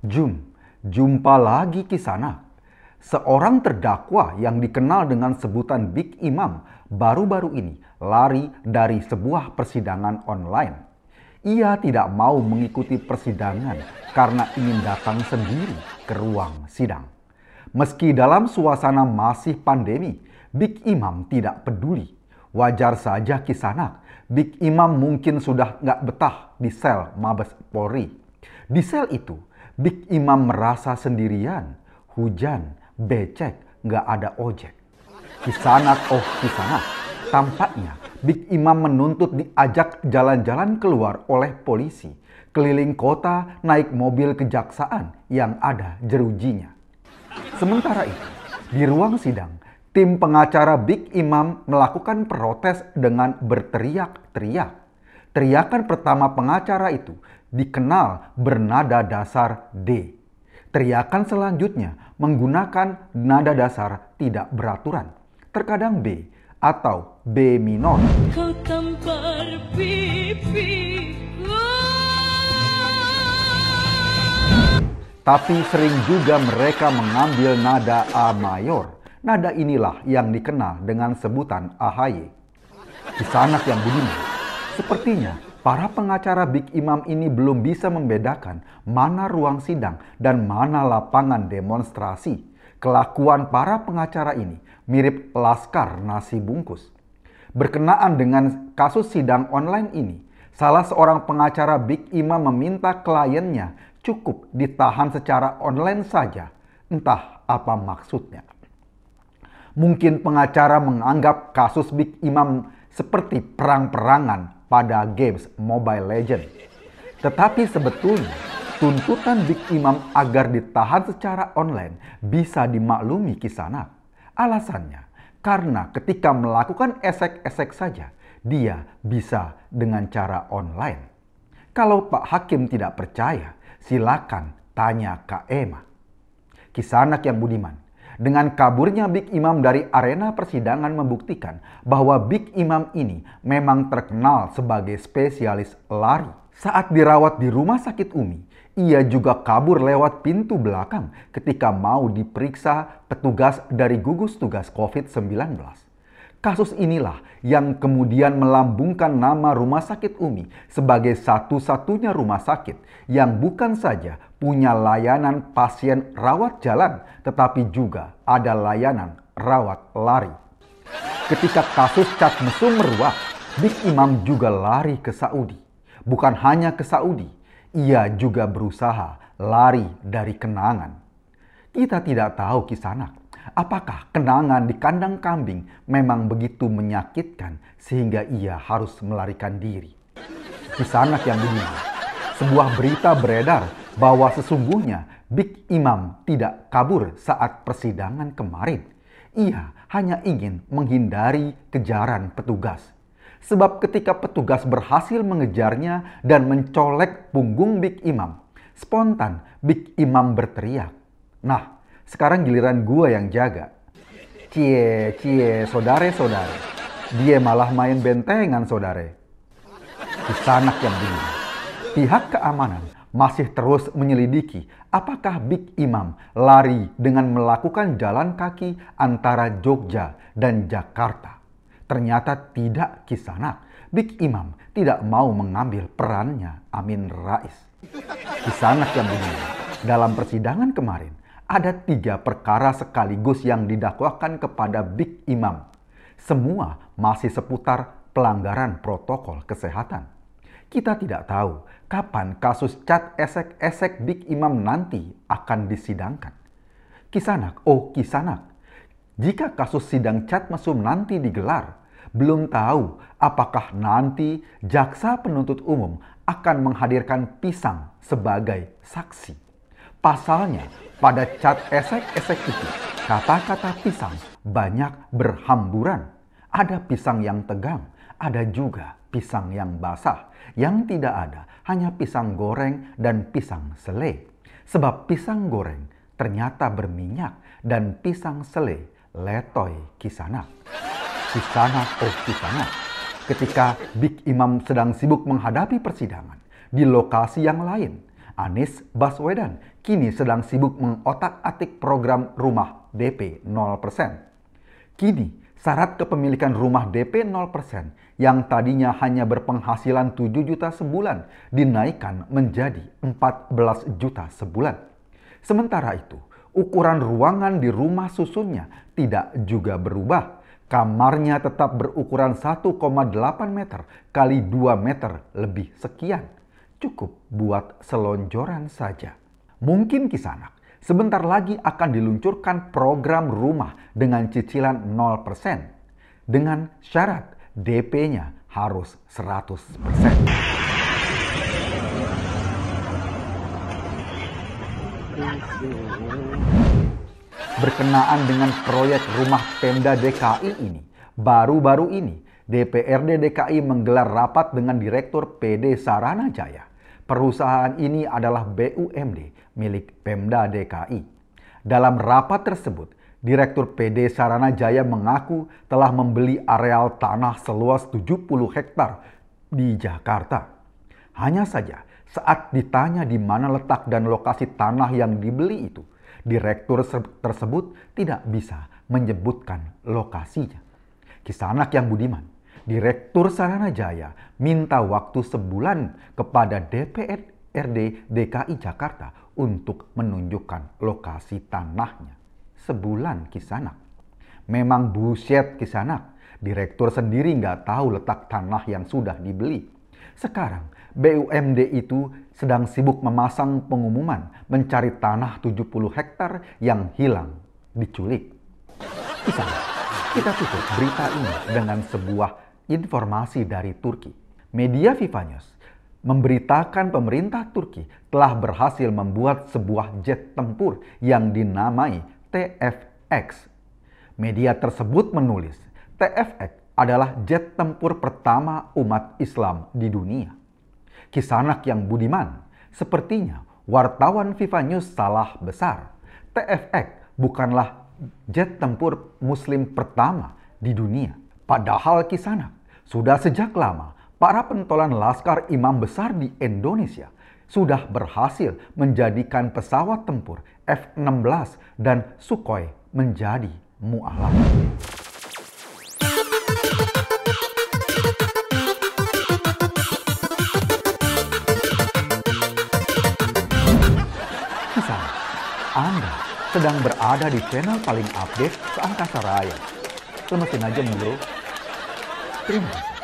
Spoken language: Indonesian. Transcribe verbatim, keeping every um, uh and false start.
Jum, jumpa lagi Kisanak. Seorang terdakwa yang dikenal dengan sebutan Big Imam baru-baru ini lari dari sebuah persidangan online. Ia tidak mau mengikuti persidangan karena ingin datang sendiri ke ruang sidang. Meski dalam suasana masih pandemi, Big Imam tidak peduli. Wajar saja Kisanak, Big Imam mungkin sudah nggak betah di sel Mabes Polri. Di sel itu, Big Imam merasa sendirian, hujan, becek, nggak ada ojek. Kisanak, oh Kisanak, tampaknya Big Imam menuntut diajak jalan-jalan keluar oleh polisi, keliling kota naik mobil kejaksaan yang ada jerujinya. Sementara itu, di ruang sidang, tim pengacara Big Imam melakukan protes dengan berteriak-teriak. Teriakan pertama pengacara itu dikenal bernada dasar D. Teriakan selanjutnya menggunakan nada dasar tidak beraturan, terkadang B atau B minor. Kau tampar pipiku. Tapi sering juga mereka mengambil nada A mayor. Nada inilah yang dikenal dengan sebutan A H Y. Kisanak yang budiman, sepertinya para pengacara Big Imam ini belum bisa membedakan mana ruang sidang dan mana lapangan demonstrasi. Kelakuan para pengacara ini mirip laskar nasi bungkus. Berkenaan dengan kasus sidang online ini, salah seorang pengacara Big Imam meminta kliennya cukup ditahan secara online saja. Entah apa maksudnya. Mungkin pengacara menganggap kasus Big Imam seperti perang-perangan pada games Mobile Legends. Tetapi sebetulnya tuntutan Big Imam agar ditahan secara online bisa dimaklumi Kisanak. Alasannya karena ketika melakukan esek-esek saja dia bisa dengan cara online. Kalau Pak Hakim tidak percaya, silakan tanya Kak Ema. Kisanak yang budiman, dengan kaburnya Big Imam dari arena persidangan membuktikan bahwa Big Imam ini memang terkenal sebagai spesialis lari. Saat dirawat di rumah sakit Umi, ia juga kabur lewat pintu belakang ketika mau diperiksa petugas dari gugus tugas covid sembilan belas. Kasus inilah yang kemudian melambungkan nama Rumah Sakit Umi sebagai satu-satunya rumah sakit yang bukan saja punya layanan pasien rawat jalan, tetapi juga ada layanan rawat lari. Ketika kasus cat mesum meruak, Big Imam juga lari ke Saudi. Bukan hanya ke Saudi, ia juga berusaha lari dari kenangan. Kita tidak tahu Kisanak, apakah kenangan di kandang kambing memang begitu menyakitkan sehingga ia harus melarikan diri. Kisanak yang begini, sebuah berita beredar bahwa sesungguhnya Big Imam tidak kabur saat persidangan kemarin. Ia hanya ingin menghindari kejaran petugas. Sebab ketika petugas berhasil mengejarnya dan mencolek punggung Big Imam, spontan Big Imam berteriak, "Nah, sekarang giliran gua yang jaga." Cie, cie, saudare-saudare. Dia malah main bentengan, saudare. Kisanak yang bingung. Pihak keamanan masih terus menyelidiki apakah Big Imam lari dengan melakukan jalan kaki antara Jogja dan Jakarta. Ternyata tidak Kisanak. Big Imam tidak mau mengambil perannya Amin Rais. Kisanak yang begini, dalam persidangan kemarin ada tiga perkara sekaligus yang didakwakan kepada Big Imam. Semua masih seputar pelanggaran protokol kesehatan. Kita tidak tahu kapan kasus cat esek-esek Big Imam nanti akan disidangkan. Kisanak, oh Kisanak, jika kasus sidang cat mesum nanti digelar, belum tahu apakah nanti jaksa penuntut umum akan menghadirkan pisang sebagai saksi. Pasalnya, pada cat esek-esek itu, kata-kata pisang banyak berhamburan. Ada pisang yang tegang, ada juga pisang yang basah. Yang tidak ada hanya pisang goreng dan pisang sele. Sebab pisang goreng ternyata berminyak dan pisang sele letoy Kisanak. Kisanak, oh Kisanak. Ketika Big Imam sedang sibuk menghadapi persidangan di lokasi yang lain, Anies Baswedan kini sedang sibuk mengotak-atik program rumah D P nol persen. Kini, syarat kepemilikan rumah D P nol persen yang tadinya hanya berpenghasilan tujuh juta sebulan dinaikkan menjadi empat belas juta sebulan. Sementara itu, ukuran ruangan di rumah susunnya tidak juga berubah. Kamarnya tetap berukuran satu koma delapan meter kali dua meter lebih sekian. Cukup buat selonjoran saja. Mungkin Kisanak sebentar lagi akan diluncurkan program rumah dengan cicilan nol persen. Dengan syarat D P-nya harus seratus persen. Berkenaan dengan proyek rumah Pemda D K I ini, baru-baru ini D P R D D K I menggelar rapat dengan Direktur P D Saranajaya. Perusahaan ini adalah B U M D milik Pemda D K I. Dalam rapat tersebut, Direktur P D Saranajaya mengaku telah membeli areal tanah seluas tujuh puluh hektar di Jakarta. Hanya saja, saat ditanya di mana letak dan lokasi tanah yang dibeli itu, Direktur tersebut tidak bisa menyebutkan lokasinya. Kisanak yang budiman, Direktur Saranajaya minta waktu sebulan kepada D P R D D K I Jakarta untuk menunjukkan lokasi tanahnya. Sebulan Kisanak. Memang buset Kisanak. Direktur sendiri nggak tahu letak tanah yang sudah dibeli. Sekarang B U M D itu sedang sibuk memasang pengumuman mencari tanah tujuh puluh hektar yang hilang diculik. Kisanak, kita tutup berita ini dengan sebuah informasi dari Turki. Media Viva News memberitakan pemerintah Turki telah berhasil membuat sebuah jet tempur yang dinamai T F X. Media tersebut menulis, T F X adalah jet tempur pertama umat Islam di dunia. Kisanak yang budiman, sepertinya wartawan Viva News salah besar. T F X bukanlah jet tempur Muslim pertama di dunia. Padahal Kisanak, sudah sejak lama para pentolan Laskar Imam Besar di Indonesia sudah berhasil menjadikan pesawat tempur F enam belas dan Sukhoi menjadi mu'alaf. Misalnya, Anda sedang berada di channel paling update seangkasa raya. Lemesin aja bro. Terima kasih.